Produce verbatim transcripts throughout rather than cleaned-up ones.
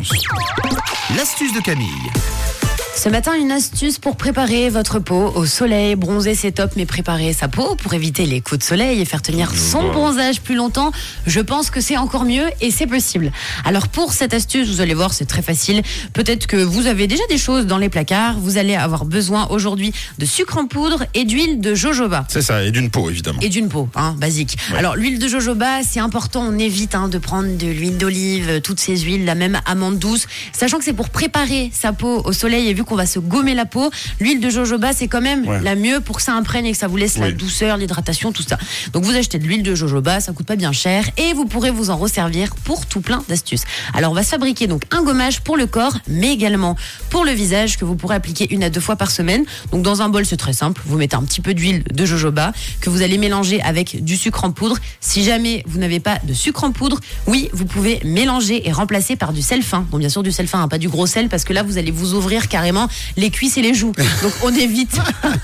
tous. L'astuce de Camille. Ce matin, une astuce pour préparer votre peau au soleil. Bronzer, c'est top, mais préparer sa peau pour éviter les coups de soleil et faire tenir son bronzage plus longtemps, je pense que c'est encore mieux et c'est possible. Alors pour cette astuce, vous allez voir, c'est très facile. Peut-être que vous avez déjà des choses dans les placards. Vous allez avoir besoin aujourd'hui de sucre en poudre et d'huile de jojoba. C'est ça, et d'une peau évidemment. Et d'une peau, hein, basique. Ouais. Alors l'huile de jojoba, c'est important, on évite hein, de prendre de l'huile d'olive, toutes ces huiles, la même amande douce, sachant que c'est pour préparer sa peau au soleil et vu qu'on va se gommer la peau, l'huile de jojoba c'est quand même ouais. la mieux pour que ça imprègne et que ça vous laisse oui. la douceur, l'hydratation, tout ça. Donc vous achetez de l'huile de jojoba, ça coûte pas bien cher et vous pourrez vous en resservir pour tout plein d'astuces. Alors on va se fabriquer donc un gommage pour le corps mais également pour le visage que vous pourrez appliquer une à deux fois par semaine. Donc dans un bol c'est très simple, vous mettez un petit peu d'huile de jojoba que vous allez mélanger avec du sucre en poudre. Si jamais vous n'avez pas de sucre en poudre, oui vous pouvez mélanger et remplacer par du sel fin. Bon bien sûr du sel fin, hein, pas du gros sel parce que là vous allez vous ouvrir carrément les cuisses et les joues. Donc on évite.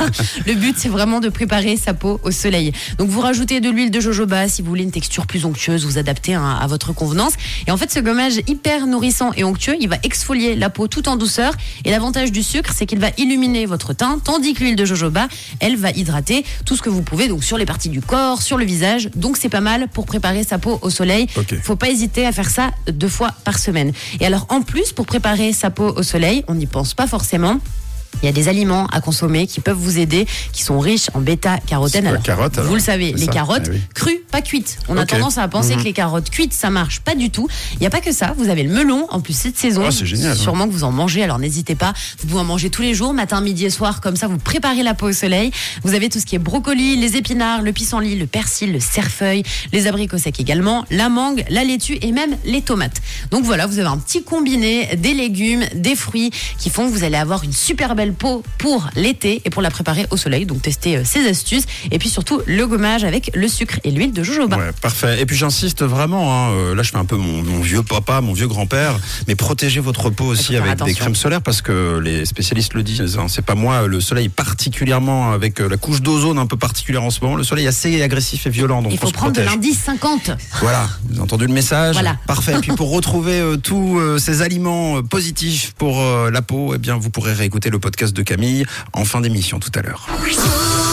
Le but c'est vraiment de préparer sa peau au soleil. Donc vous rajoutez de l'huile de jojoba si vous voulez une texture plus onctueuse, vous adaptez hein, à votre convenance. Et en fait ce gommage hyper nourrissant et onctueux, il va exfolier la peau tout en douceur. Et l'avantage du sucre c'est qu'il va illuminer votre teint, tandis que l'huile de jojoba, elle va hydrater tout ce que vous pouvez, donc sur les parties du corps, sur le visage. Donc c'est pas mal pour préparer sa peau au soleil. Okay. Faut pas hésiter à faire ça deux fois par semaine. Et alors en plus pour préparer sa peau au soleil, on n'y pense pas forcément. Il y a des aliments à consommer qui peuvent vous aider, qui sont riches en bêta-carotène. Alors, carotte, alors, vous le savez, les ça. carottes ah, oui. crues, pas cuites. On okay. a tendance à penser mmh. que les carottes cuites, ça marche pas du tout. Il n'y a pas que ça. Vous avez le melon, en plus cette saison. Oh, c'est génial. Sûrement hein. que vous en mangez, alors n'hésitez pas. Vous pouvez en manger tous les jours, matin, midi et soir. Comme ça, vous préparez la peau au soleil. Vous avez tout ce qui est brocoli, les épinards, le pissenlit, le persil, le cerfeuil, les abricots secs également, la mangue, la laitue et même les tomates. Donc voilà, vous avez un petit combiné des légumes, des fruits qui font que vous allez avoir une super belle peau pour l'été et pour la préparer au soleil. Donc testez euh, ces astuces et puis surtout le gommage avec le sucre et l'huile de jojoba. Ouais, parfait. Et puis j'insiste vraiment, hein, euh, là je fais un peu mon, mon vieux papa, mon vieux grand-père, mais protégez votre peau aussi avec attention. Des crèmes solaires parce que les spécialistes le disent. Hein, c'est pas moi, le soleil particulièrement avec euh, la couche d'ozone un peu particulière en ce moment. Le soleil est assez agressif et violent. Donc il faut prendre protège. de l'indice cinquante. Voilà, vous avez entendu le message. Voilà. Parfait. Et puis pour retrouver euh, tous euh, ces aliments euh, positifs pour euh, la peau, eh bien vous pourrez réécouter le podcast de Camille en fin d'émission tout à l'heure.